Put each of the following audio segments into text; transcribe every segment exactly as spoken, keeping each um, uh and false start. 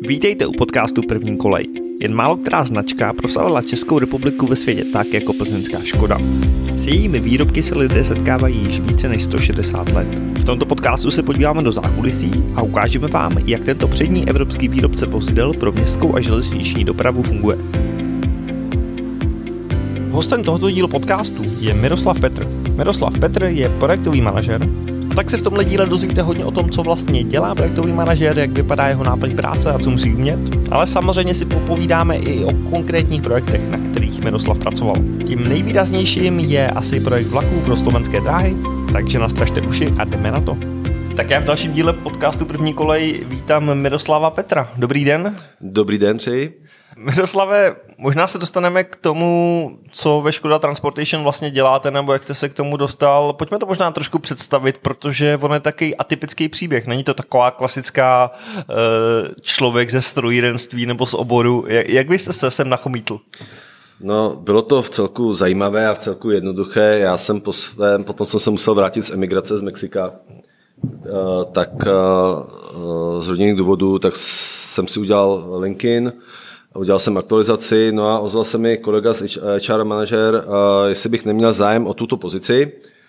Vítejte u podcastu První kolej. Jen málo která značka proslavila Českou republiku ve světě tak jako plzeňská Škoda. S jejími výrobky se lidé setkávají již více než sto šedesát let. V tomto podcastu se podíváme do zákulisí a ukážeme vám, jak tento přední evropský výrobce vozidel pro městskou a železniční dopravu funguje. Hostem tohoto dílu podcastu je Miroslav Petr. Miroslav Petr je projektový manažer. Tak se v tomhle díle dozvíte hodně o tom, co vlastně dělá projektový manažer, jak vypadá jeho náplň práce a co musí umět. Ale samozřejmě si popovídáme i o konkrétních projektech, na kterých Miroslav pracoval. Tím nejvýraznějším je asi projekt vlaků pro slovenské dráhy, takže nastražte uši a jdeme na to. Tak já v dalším díle podcastu První kolej vítám Miroslava Petra. Dobrý den. Dobrý den, přeji. Miroslave, možná se dostaneme k tomu, co ve Škoda Transportation vlastně děláte, nebo jak jste se k tomu dostal. Pojďme to možná trošku představit, protože on je takový atypický příběh. Není to taková klasická uh, člověk ze strojírenství nebo z oboru. Jak, jak byste se sem nachomítl? No, bylo to v celku zajímavé a v celku jednoduché. Já jsem po svém, potom jsem se musel vrátit z emigrace z Mexika, uh, tak uh, z rodinných důvodů, tak jsem si udělal LinkedIn. Udělal jsem aktualizaci, no a ozval se mi kolega z H R manažer, jestli bych neměl zájem o tuto pozici.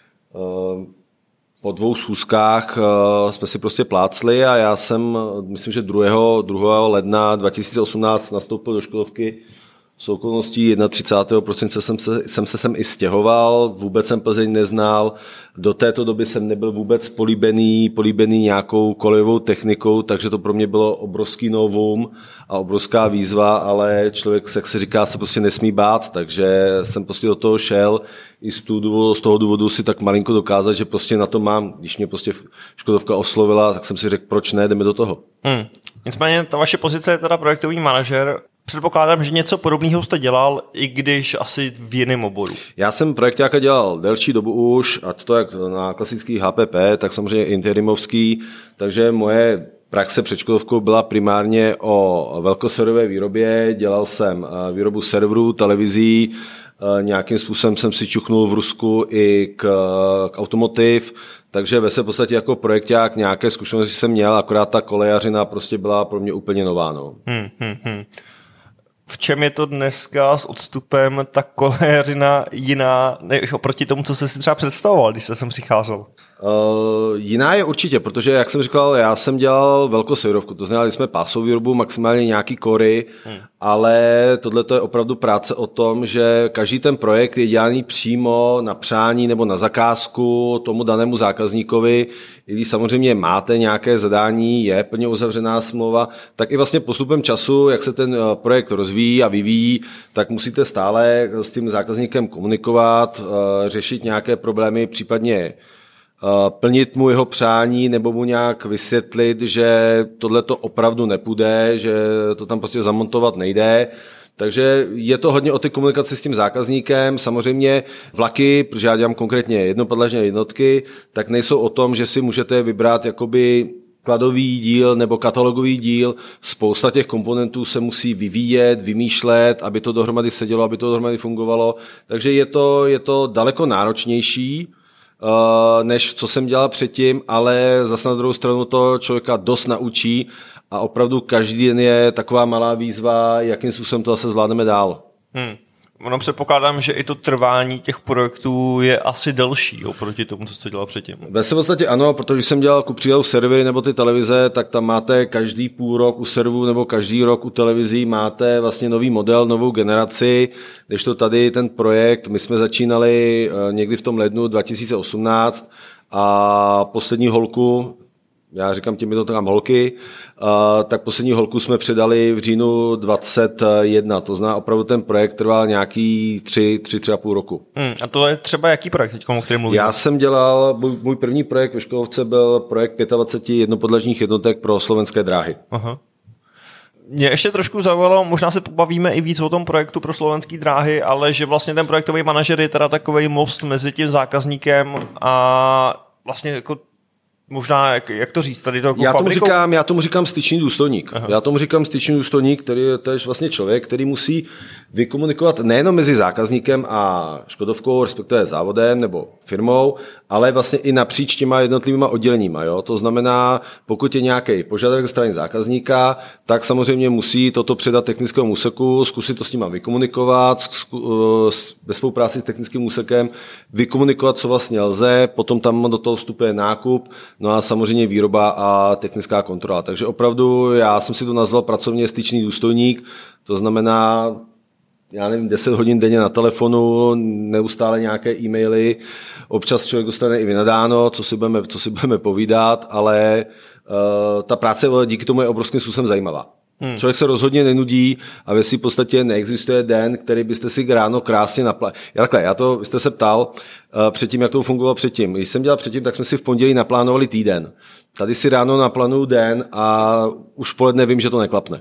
Po dvou schůzkách jsme si prostě plácli a já jsem, myslím, že druhého ledna dva tisíce osmnáct nastoupil do Škodovky. S okolností třicátého prvního prosince jsem se, jsem se sem i stěhoval, vůbec jsem Plzeň neznal, do této doby jsem nebyl vůbec políbený, políbený nějakou kolejovou technikou, takže to pro mě bylo obrovský novum a obrovská výzva, ale člověk, jak se říká, se prostě nesmí bát, takže jsem prostě do toho šel i z, důvodu, z toho důvodu si tak malinko dokázat, že prostě na to mám, když mě prostě Škodovka oslovila, tak jsem si řekl, proč ne, jdeme do toho. Hmm. Nicméně ta vaše pozice je teda projektový manažer. Předpokládám, že něco podobného jste dělal, i když asi v jiném oboru. Já jsem projekťáka dělal delší dobu už, a to jak na klasický H P P, tak samozřejmě interimovský, takže moje praxe před Škodovkou byla primárně o velkoserverové výrobě, dělal jsem výrobu serverů, televizí, nějakým způsobem jsem si čuchnul v Rusku i k, k automotiv, takže ve své podstatě jako projekťák nějaké zkušenosti jsem měl, akorát ta kolejařina prostě byla pro mě úplně nová. No. Hmm, hmm, hmm. V čem je to dneska s odstupem ta kolejařina jiná než oproti tomu, co jste si třeba představoval, když jste sem přicházel? Uh, jiná je určitě, protože jak jsem říkal, já jsem dělal velkoserverovku, to znamená, že jsme pásovou výrobu, maximálně nějaký kory, hmm. ale tohle je opravdu práce o tom, že každý ten projekt je dělaný přímo na přání nebo na zakázku tomu danému zákazníkovi. I když samozřejmě máte nějaké zadání, je plně uzavřená smlouva, tak i vlastně postupem času, jak se ten projekt rozvíjí a vyvíjí, tak musíte stále s tím zákazníkem komunikovat, řešit nějaké problémy, případně plnit mu jeho přání nebo mu nějak vysvětlit, že tohle to opravdu nepůjde, že to tam prostě zamontovat nejde. Takže je to hodně o té komunikaci s tím zákazníkem. Samozřejmě vlaky, protože já dělám konkrétně jednopadlažné jednotky, tak nejsou o tom, že si můžete vybrat jakoby skladový díl nebo katalogový díl. Spousta těch komponentů se musí vyvíjet, vymýšlet, aby to dohromady sedělo, aby to dohromady fungovalo. Takže je to, je to daleko náročnější, než co jsem dělal předtím, ale zase na druhou stranu to člověka dost naučí a opravdu každý den je taková malá výzva, jakým způsobem to zase zvládneme dál. Hmm. Ono předpokládám, že i to trvání těch projektů je asi delší oproti tomu, co jste dělal předtím. Ve v podstatě ano, protože když jsem dělal ku příkladu servery nebo ty televize, tak tam máte každý půl rok u serverů nebo každý rok u televizí máte vlastně nový model, novou generaci, když to tady ten projekt, my jsme začínali někdy v tom lednu dva tisíce osmnáct a poslední holku, já říkám těmi to tam holky, uh, tak poslední holku jsme předali v říjnu dvacet jedna, to znamená opravdu ten projekt trval nějaký tři, tři, tři a půl roku. Hmm, a to je třeba jaký projekt teď, o kterém mluvím? Já jsem dělal, můj, můj první projekt ve Škodovce byl projekt dvacet pět jednopodlažních jednotek pro slovenské dráhy. Aha. Mě ještě trošku zaujalo, možná se pobavíme i víc o tom projektu pro slovenské dráhy, ale že vlastně ten projektový manažer je teda takovej most mezi tím zákazníkem a vlastně jako možná, jak, jak to říct, tady to jako já tomu fabrikou? říkám, já tomu říkám styčný důstojník. Aha. Já tomu říkám styčný důstojník, který je tež vlastně člověk, který musí vykomunikovat nejenom mezi zákazníkem a Škodovkou, respektive závodem nebo firmou, ale vlastně i napříč těma jednotlivýma odděleníma. Jo? To znamená, pokud je nějaký požadavek ze strany zákazníka, tak samozřejmě musí toto předat technickému úseku, zkusit to s nima vykomunikovat, ve spolupráci s technickým úsekem vykomunikovat, co vlastně lze, potom tam do toho vstupuje nákup, no a samozřejmě výroba a technická kontrola. Takže opravdu já jsem si to nazval pracovně styčný důstojník, to znamená, já nevím, deset hodin denně na telefonu, neustále nějaké e-maily, občas člověk dostane i vynadáno, co si budeme, co si budeme povídat, ale uh, ta práce díky tomu je obrovským způsobem zajímavá. Hmm. Člověk se rozhodně nenudí a ve si v podstatě neexistuje den, který byste si ráno krásně naplánili. Já takhle, já to, vy jste se ptal uh, předtím, jak to fungovalo předtím. Když jsem dělal předtím, tak jsme si v pondělí naplánovali týden. Tady si ráno naplánuju den a už v poledne vím, že to neklapne.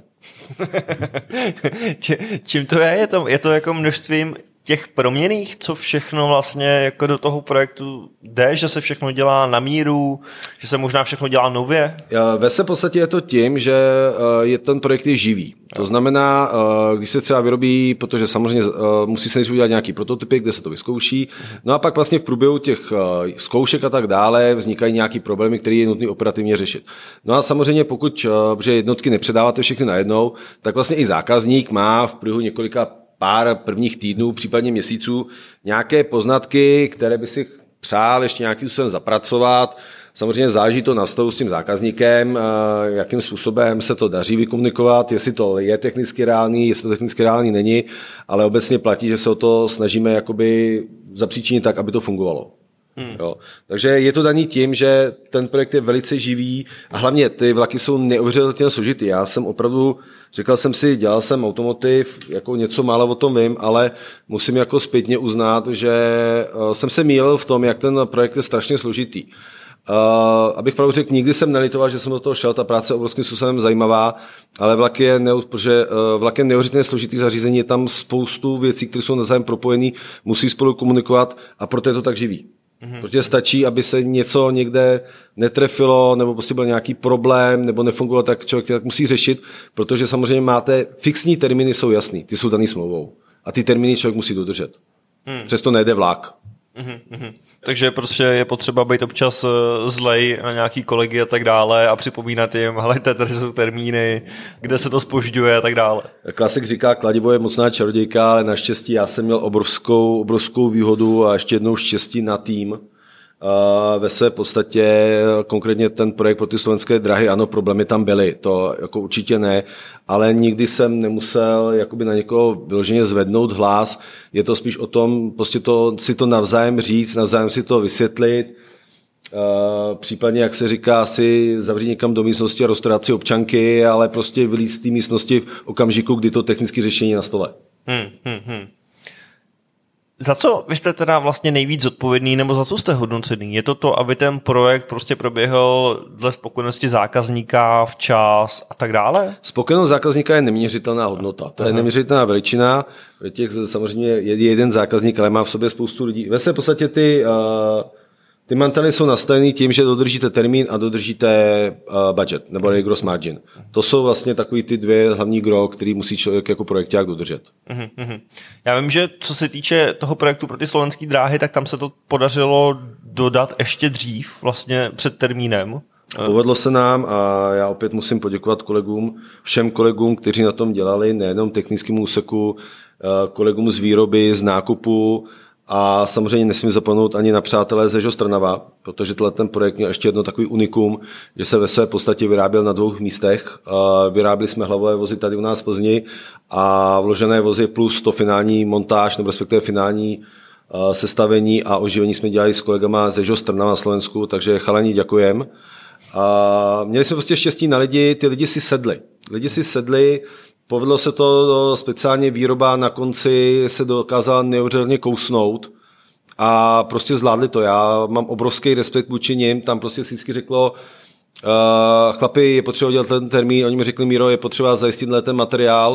Čím to je? Je to, je to jako množstvím těch proměnných, co všechno vlastně jako do toho projektu jde, že se všechno dělá na míru, že se možná všechno dělá nově? Ve se podstatě je to tím, že je ten projekt je živý. To znamená, když se třeba vyrobí, protože samozřejmě musí se než udělat nějaký prototypy, kde se to vyzkouší, no a pak vlastně v průběhu těch zkoušek a tak dále vznikají nějaký problémy, které je nutné operativně řešit. No a samozřejmě pokud, protože jednotky nepředáváte všechny najednou, tak vlastně i zákazník má v průběhu několika pár prvních týdnů, případně měsíců, nějaké poznatky, které by si přál ještě nějakým způsobem zapracovat. Samozřejmě záleží to na vztahu s tím zákazníkem, jakým způsobem se to daří vykomunikovat, jestli to je technicky reálný, jestli to technicky reálný není, ale obecně platí, že se o to snažíme jakoby zapříčinit tak, aby to fungovalo. Hmm. Jo. Takže je to daný tím, že ten projekt je velice živý a hlavně ty vlaky jsou neuvěřitelně složitý. Já jsem opravdu, říkal jsem si, dělal jsem automotiv, jako něco málo o tom vím, ale musím jako zpětně uznat, že jsem se mýlil v tom, jak ten projekt je strašně složitý. Uh, abych pravdu řekl, nikdy jsem nelitoval, že jsem do toho šel, ta práce je obrovským způsobem zajímavá, ale vlak je, neu, protože, uh, vlak je neuvěřitelně složitý zařízení, je tam spoustu věcí, které jsou navzájem propojené, musí spolu komunikovat a proto je to tak živý. Mm-hmm. Protože stačí, aby se něco někde netrefilo, nebo prostě byl nějaký problém, nebo nefungovalo, tak člověk tak musí řešit, protože samozřejmě máte, fixní termíny jsou jasný, ty jsou daný smlouvou a ty termíny člověk musí dodržet. Mm. Přesto nejde vlak. Uhum. Takže prostě je potřeba být občas zlej na nějaký kolegy a tak dále a připomínat jim, helejte, tady jsou termíny, kde se to zpožďuje a tak dále. Klasik říká, kladivo je mocná čarodějka, ale naštěstí já jsem měl obrovskou, obrovskou výhodu a ještě jednou štěstí na tým. Ve své podstatě konkrétně ten projekt pro ty slovenské dráhy, ano, problémy tam byly, to jako určitě ne, ale nikdy jsem nemusel jakoby na někoho vyloženě zvednout hlas, je to spíš o tom prostě to, si to navzájem říct, navzájem si to vysvětlit, Uh, případně, jak se říká, si zavřít někam do místnosti a roztrhat si občanky, ale prostě vylít z té místnosti v okamžiku, kdy to technické řešení je na stole. Hmm, hmm, hmm. Za co vy jste teda vlastně nejvíc zodpovědný, nebo za co jste hodnocený? Je to to, aby ten projekt prostě proběhl dle spokojenosti zákazníka včas a tak dále? Spokojenost zákazníka je neměřitelná hodnota. To Aha. je neměřitelná veličina. Těch samozřejmě je jeden zákazník, ale má v sobě spoustu lidí. Ve své podstatě ty, uh, ty mantely jsou nastavený tím, že dodržíte termín a dodržíte uh, budget, nebo gross margin. To jsou vlastně takový ty dvě hlavní gro, který musí člověk jako projekták dodržet. Uhum. Já vím, že co se týče toho projektu pro ty slovenské dráhy, tak tam se to podařilo dodat ještě dřív, vlastně před termínem. Povedlo se nám a já opět musím poděkovat kolegům, všem kolegům, kteří na tom dělali, nejenom technickému úseku, kolegům z výroby, z nákupu a samozřejmě nesmím zapomenout ani na přátelé ze Žostrnava, protože ten projekt měl ještě jedno takový unikum, že se ve své podstatě vyráběl na dvou místech. Vyráběli jsme hlavové vozy tady u nás v Plzni a vložené vozy plus to finální montáž, nebo respektive finální sestavení a oživení jsme dělali s kolegama ze Žostrnava na Slovensku, takže chalani děkujem. A měli jsme prostě štěstí na lidi, ty lidi si sedli. Lidi si sedli, povedlo se to, speciálně výroba na konci se dokázala neuvěřitelně kousnout a prostě zvládli to. Já mám obrovský respekt vůči nim, tam prostě vždycky řeklo, uh, chlapi, je potřeba dělat ten termín, oni mi řekli, Míro, je potřeba zajistit ten materiál,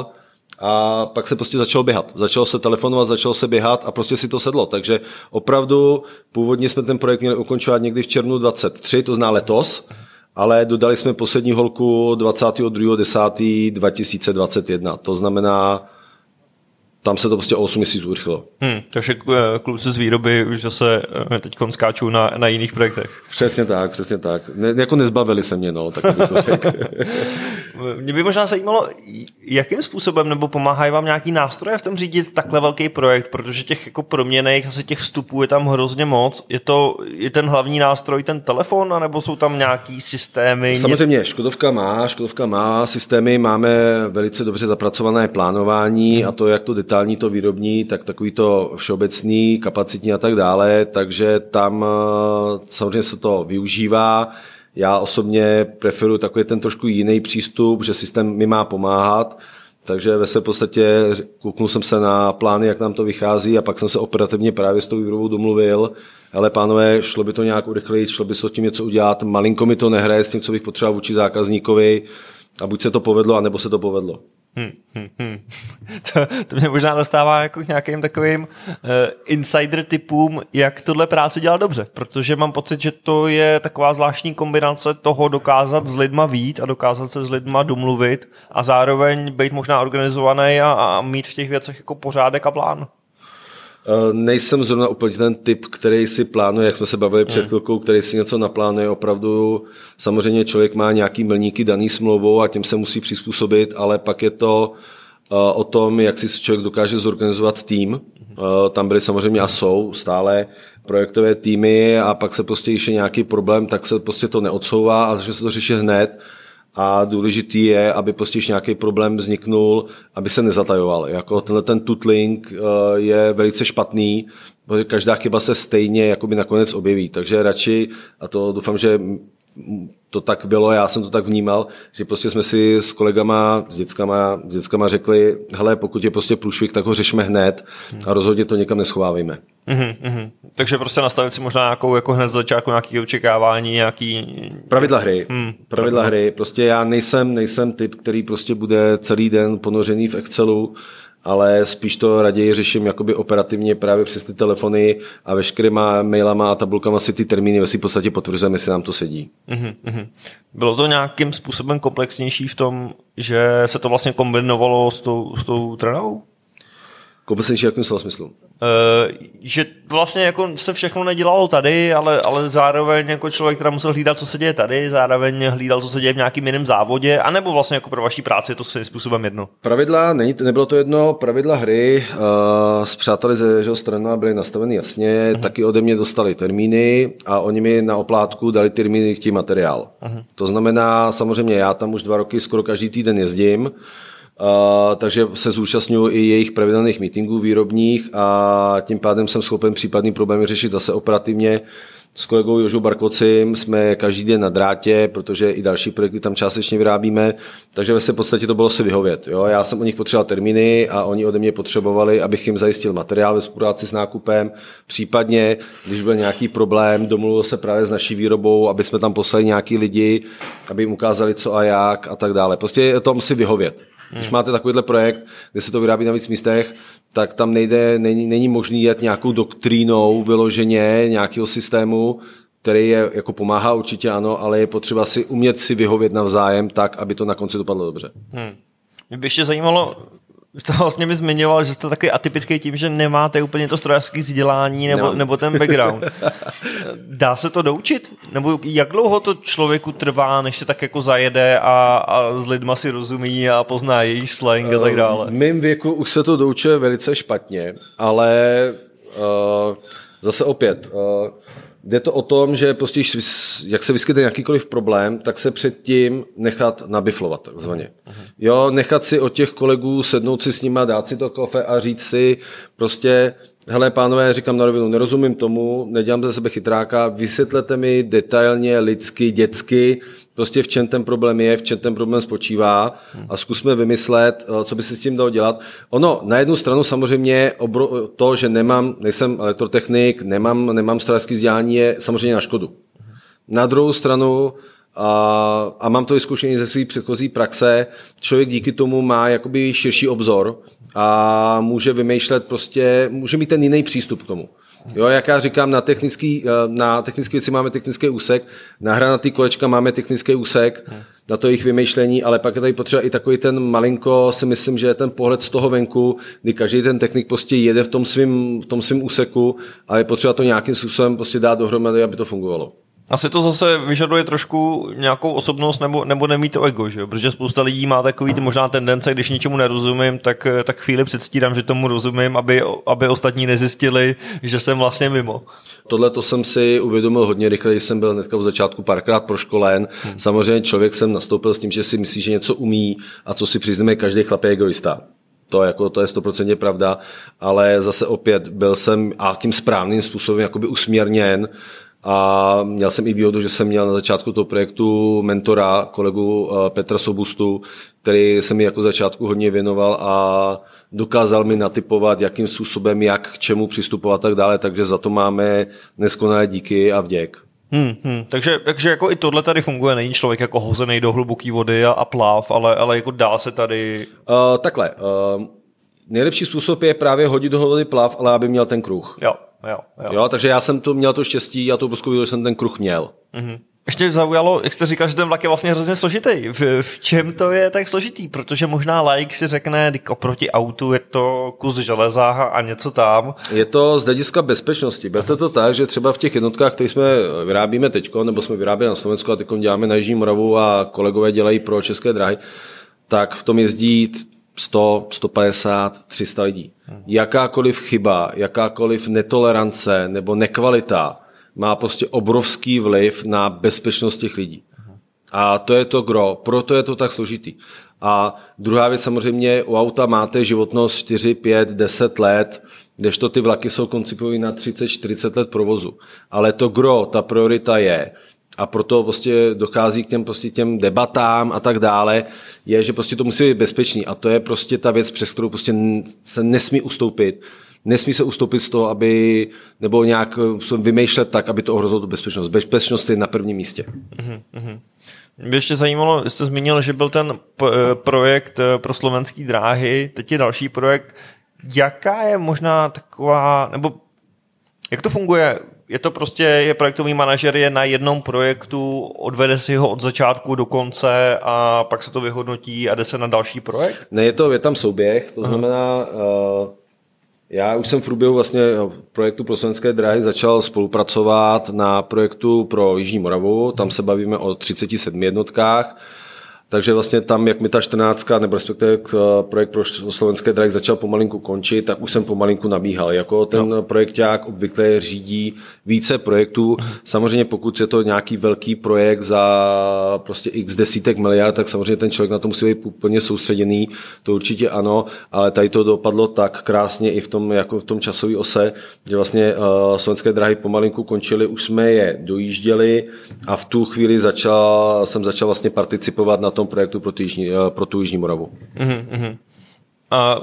a pak se prostě začalo běhat. Začalo se telefonovat, začalo se běhat a prostě si to sedlo. Takže opravdu původně jsme ten projekt měli ukončovat někdy v červnu dvacet tři, to zná letos, ale dodali jsme poslední holku dvacátého druhého desátého dva tisíce dvacet jedna. To znamená, tam se to prostě o osm měsíců urychlilo. Hmm, takže kluci z výroby už zase teď skáčou na, na jiných projektech. Přesně tak, přesně tak. Ne, jako nezbavili se mě, no, tak bych to řekl. Mě by možná zajímalo, jakým způsobem nebo pomáhají vám nějaký nástroje v tom řídit takhle velký projekt, protože těch jako proměnných, asi těch vstupů je tam hrozně moc. Je to je ten hlavní nástroj ten telefon, anebo jsou tam nějaký systémy? Samozřejmě, Škodovka má, Škodovka má systémy, máme velice dobře zapracované plánování hmm. a to, jak to detailní, to výrobní, tak takový to všeobecný, kapacitní a tak dále, takže tam samozřejmě se to využívá. Já osobně preferuji takový ten trošku jiný přístup, že systém mi má pomáhat, takže ve své podstatě kouknul jsem se na plány, jak nám to vychází a pak jsem se operativně právě s tou výrobou domluvil. Ale pánové, šlo by to nějak urychlit, šlo by se s tím něco udělat, malinko mi to nehraje s tím, co bych potřeboval vůči zákazníkovi a buď se to povedlo, anebo se to povedlo. Hmm, hmm, hmm. To, to mě možná dostává jako k nějakým takovým uh, insider typům, jak tohle práci dělat dobře, protože mám pocit, že to je taková zvláštní kombinace toho dokázat s lidma vít a dokázat se s lidma domluvit a zároveň být možná organizovaný a, a mít v těch věcech jako pořádek a plán. Nejsem zrovna úplně ten typ, který si plánuje, jak jsme se bavili před chvilkou, který si něco naplánuje. Opravdu samozřejmě člověk má nějaký milníky daný smlouvou a tím se musí přizpůsobit, ale pak je to o tom, jak si člověk dokáže zorganizovat tým. Tam byly samozřejmě a jsou stále projektové týmy a pak se prostě ještě nějaký problém, tak se prostě to neodsouvá a začne se to řešit hned. A důležitý je, aby prostě nějaký problém vzniknul, aby se nezatajoval. Jako tenhle ten tutling je velice špatný, protože každá chyba se stejně jakoby nakonec objeví. Takže radši, a to doufám, že to tak bylo, já jsem to tak vnímal, že prostě jsme si s kolegama, s dětskama, s dětskama řekli, hele, pokud je prostě průšvih, tak ho řešíme hned a rozhodně to někam neschovávejme. Mm-hmm, mm-hmm. Takže prostě nastavit si možná nějakou, jako hned z začátku nějaké očekávání, nějaký... Pravidla hry. Hmm, Pravidla hry. Prostě já nejsem, nejsem typ, který prostě bude celý den ponořený v Excelu, ale spíš to raději řeším jakoby operativně právě přes ty telefony a veškerýma mailama a tabulkama si ty termíny ve v podstatě potvrzujeme, jestli nám to sedí. Mm-hmm. Bylo to nějakým způsobem komplexnější v tom, že se to vlastně kombinovalo s tou, s tou trenou? Komplexnější jakým slova smyslu? Uh, že vlastně jako se všechno nedělalo tady, ale, ale zároveň jako člověk, který musel hlídat, co se děje tady, zároveň hlídal, co se děje v nějakým jiném závodě, anebo vlastně jako pro vaší práci je to svým způsobem jedno? Pravidla, není, nebylo to jedno, pravidla hry uh, s přáteli ze jeho strany byly nastaveny jasně, uh-huh. taky ode mě dostali termíny a oni mi na oplátku dali termíny k tím materiál. Uh-huh. To znamená, samozřejmě já tam už dva roky skoro každý týden jezdím, Uh, takže se zúčastňuji i jejich pravidelných meetingů výrobních a tím pádem jsem schopen případný problémy řešit zase operativně. S kolegou Jožou Barkocim jsme každý den na drátě, protože i další projekty tam částečně vyrábíme, takže ve v podstatě to bylo si vyhovět. Jo? Já jsem o nich potřeboval termíny a oni ode mě potřebovali, abych jim zajistil materiál ve spolupráci s nákupem. Případně, když byl nějaký problém, domluvil se právě s naší výrobou, aby jsme tam poslali nějaký lidi, aby jim ukázali co a jak a tak dále. Prostě je to musí vyhovět. Když máte takovýhle projekt, kde se to vyrábí na víc místech, tak tam nejde, není, není možný jet nějakou doktrínou vyloženě nějakého systému, který je, jako pomáhá určitě ano, ale je potřeba si umět si vyhovět navzájem tak, aby to na konci dopadlo dobře. Hmm. Mě by ještě zajímalo, jste vlastně mi zmiňoval, že jste taky atypický tím, že nemáte úplně to strojařské vzdělání nebo, nebo ten background. Dá se to doučit? Nebo jak dlouho to člověku trvá, než se tak jako zajede a, a s lidma si rozumí a pozná jejich slang a tak dále? V mém věku už se to doučuje velice špatně, ale uh, zase opět... Uh, Jde to o tom, že prostě, jak se vyskytne jakýkoliv problém, tak se předtím nechat nabiflovat, takzvaně. Jo, nechat si od těch kolegů sednout si s nima, dát si to kafe a říct si prostě, hele pánové, říkám na rovinu, nerozumím tomu, nedělám ze sebe chytráka, vysvětlete mi detailně, lidsky, dětsky, prostě v čem ten problém je, v čem ten problém spočívá a zkusme vymyslet, co by se s tím dalo dělat. Ono, na jednu stranu samozřejmě obro, to, že nemám, nejsem elektrotechnik, nemám, nemám strojařské vzdělání, je samozřejmě na škodu. Na druhou stranu a, a mám to vyzkoušení ze své předchozí praxe. Člověk díky tomu má jakoby širší obzor a může vymýšlet prostě, může mít ten jiný přístup k tomu. Jo, jak já říkám, na technický, na technické věci máme technický úsek, na hranatý kolečka máme technický úsek, hmm. na to jejich vymýšlení, ale pak je tady potřeba i takový ten malinko, si myslím, že je ten pohled z toho venku, kdy každý ten technik prostě jede v tom svým, v tom svým úseku, ale je potřeba to nějakým způsobem prostě dát dohromady, aby to fungovalo. Asi to zase vyžaduje trošku nějakou osobnost nebo, nebo nemít to ego, že? Protože spousta lidí má takový ty možná tendence, když něčemu nerozumím, tak, tak chvíli předstírám, že tomu rozumím, aby, aby ostatní nezjistili, že jsem vlastně mimo. Tohle to jsem si uvědomil hodně rychle, když jsem byl hnedka v začátku párkrát proškolen. Hmm. Samozřejmě člověk jsem nastoupil s tím, že si myslí, že něco umí a co si přiznáme, každý chlap je egoista. To, jako, to je stoprocentně pravda, ale zase opět byl jsem a tím správným způsobem jakoby usměrněn. A měl jsem i výhodu, že jsem měl na začátku toho projektu mentora, kolegu Petra Sobustu, který se mi jako začátku hodně věnoval a dokázal mi natypovat, jakým způsobem, jak k čemu přistupovat a tak dále, takže za to máme neskonalé díky a vděk. Hmm, hmm. Takže, takže jako i tohle tady funguje, není člověk jako hozený do hluboké vody a, a pláv, ale, ale jako dá se tady... Uh, takhle, uh, nejlepší způsob je právě hodit do vody plav, ale aby měl ten kruh. Jo. Jo, jo. jo, takže já jsem to měl to štěstí a to obrovskou výhodu, že jsem ten kruh měl. Mm-hmm. Ještě zaujalo, jak jste říkal, že ten vlak je vlastně hrozně složitý. V, v čem to je tak složitý? Protože možná laik si řekne, že oproti autu je to kus železa a něco tam. Je to z hlediska bezpečnosti. Berte to tak, že třeba v těch jednotkách, které jsme vyrábíme teďko, nebo jsme vyráběli na Slovensku a teď děláme na Jižní Moravu a kolegové dělají pro České dráhy, tak v tom jezdí sto, sto padesát, tři sta lidí. Jakákoliv chyba, jakákoliv netolerance nebo nekvalita má prostě obrovský vliv na bezpečnost těch lidí. A to je to gro, proto je to tak složitý. A druhá věc samozřejmě, u auta máte životnost čtyři, pět, deset let, kdežto ty vlaky jsou koncipované na třicet, čtyřicet let provozu. Ale to gro, ta priorita je, a proto prostě dochází k těm, prostě těm debatám a tak dále, je, že prostě to musí být bezpečný a to je prostě ta věc, přes kterou prostě se nesmí ustoupit. Nesmí se ustoupit z toho, aby, nebo nějak vymýšlet tak, aby to ohrozilo tu bezpečnost. Bezpečnost je na prvním místě. Mm-hmm. Mě ještě zajímalo, jste zmínil, že byl ten projekt pro slovenské dráhy, teď je další projekt. Jaká je možná taková, nebo jak to funguje? Je to prostě, je projektový manažer je na jednom projektu, odvede si ho od začátku do konce a pak se to vyhodnotí a jde se na další projekt? Ne, je to, je tam souběh, to znamená, uh, já už jsem v průběhu vlastně projektu pro slovenské dráhy začal spolupracovat na projektu pro Jižní Moravu, tam se bavíme o třiceti sedmi jednotkách, takže vlastně tam, jak mi ta čtrnáctka, nebo respektive projekt pro slovenské dráhy začal pomalinku končit, tak už jsem pomalinku nabíhal. Jako ten no. projekťák obvykle řídí více projektů. Samozřejmě pokud je to nějaký velký projekt za prostě x desítek miliard, tak samozřejmě ten člověk na to musí být úplně soustředěný, to určitě ano, ale tady to dopadlo tak krásně i v tom, jako v tom časové ose, že vlastně uh, slovenské dráhy pomalinku končily, už jsme je dojížděli a v tu chvíli začal, jsem začal vlastně participovat na tom projektu pro tu Jižní, pro tu Jižní Moravu. Mm-hmm. A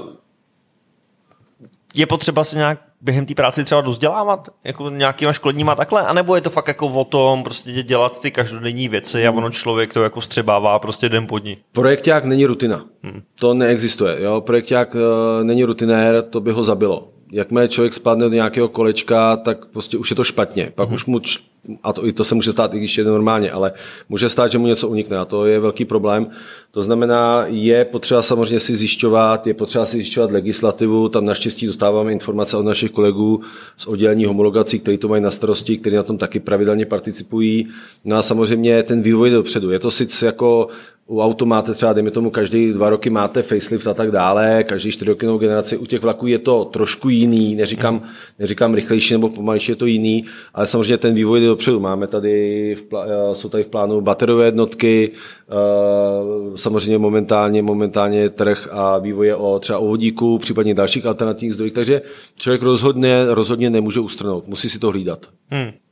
je potřeba se nějak během té práce třeba dozdělávat? Jako nějakýma školeníma takhle? A nebo je to fakt jako o tom prostě dělat ty každodenní věci a ono člověk to jako střebává prostě den po dní? Projekťák není rutina. Hmm. To neexistuje. Jo? Projekťák uh, není rutinér, to by ho zabilo. Jakmile člověk spadne do nějakého kolečka, tak prostě už je to špatně. Pak hmm. už mu, a to, i to se může stát, i když je normálně, ale může stát, že mu něco unikne a to je velký problém. To znamená, je potřeba samozřejmě si zjišťovat, je potřeba si zjišťovat legislativu, tam naštěstí dostáváme informace od našich kolegů z oddělení homologací, kteří to mají na starosti, kteří na tom taky pravidelně participují. No a samozřejmě ten vývoj jde dopředu. Je to sice jako u auto máte třeba, dejme tomu, každý dva roky máte facelift a tak dále, každý čtyři roky novou generaci. U těch vlaků je to trošku jiný, neříkám, neříkám rychlejší nebo pomalejší, je to jiný, ale samozřejmě ten vývoj jde dopředu. Máme tady, v plá, jsou tady v plánu bateriové jednotky, samozřejmě momentálně, momentálně trh a vývoje o třeba o vodíku, případně dalších alternativních zdrojích, takže člověk rozhodně, rozhodně nemůže ustrnout, musí si to hlídat. Hmm.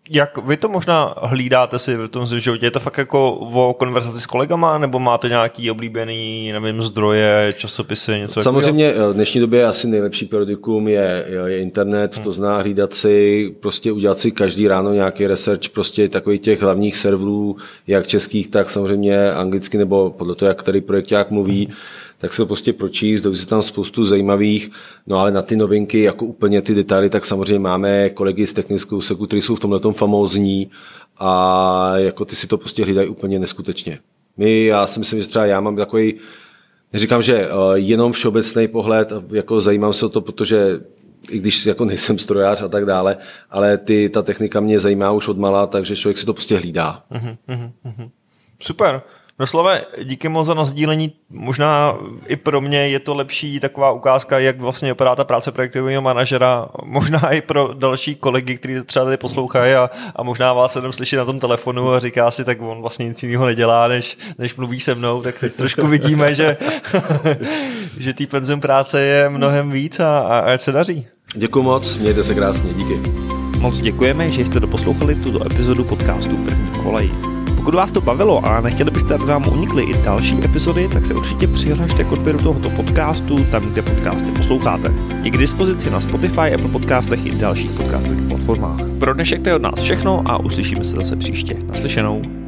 Jak vy to možná hlídáte si v tom životě? Je to fakt jako o konverzaci s kolegama, nebo máte nějaký oblíbený, nevím, zdroje, časopisy, něco? Samozřejmě v dnešní době asi nejlepší periodikum je, je internet, hmm. to zná hlídat si, prostě udělat si každý ráno nějaký research prostě takových těch hlavních serverů, jak českých, tak samozřejmě anglicky, nebo podle toho, jak který projekták mluví, hmm. tak se to prostě pročíst, doví se tam spoustu zajímavých, no ale na ty novinky, jako úplně ty detaily, tak samozřejmě máme kolegy z technického úseku, kteří jsou v tomhletom famózní a jako ty si to prostě hlídají úplně neskutečně. My, já si myslím, že třeba já mám takový, neříkám, že jenom všeobecný pohled, jako zajímám se o to, protože i když jako nejsem strojář a tak dále, ale ty, ta technika mě zajímá už odmala, takže člověk si to prostě hlídá. Uh-huh, uh-huh. Super. No Slave, díky moc za nasdílení, možná i pro mě je to lepší taková ukázka, jak vlastně vypadá ta práce projektového manažera, možná i pro další kolegy, kteří třeba tady poslouchají a, a možná vás jenom slyší na tom telefonu a říká si, tak on vlastně nic jiného nedělá, než, než mluví se mnou, tak teď trošku vidíme, že, že tý penzum práce je mnohem víc a, a ať se daří. Děkuji moc, mějte se krásně, díky. Moc děkujeme, že jste doposlouchali tuto epizodu podcastu První kolej. Pokud vás to bavilo a nechtěli byste, aby vám unikly i další epizody, tak se určitě přihlašte k odběru tohoto podcastu tam, kde podcasty posloucháte. Je k dispozici na Spotify, Apple podcastech i dalších podcastových platformách. Pro dnešek to je od nás všechno a uslyšíme se zase příště. Naslyšenou.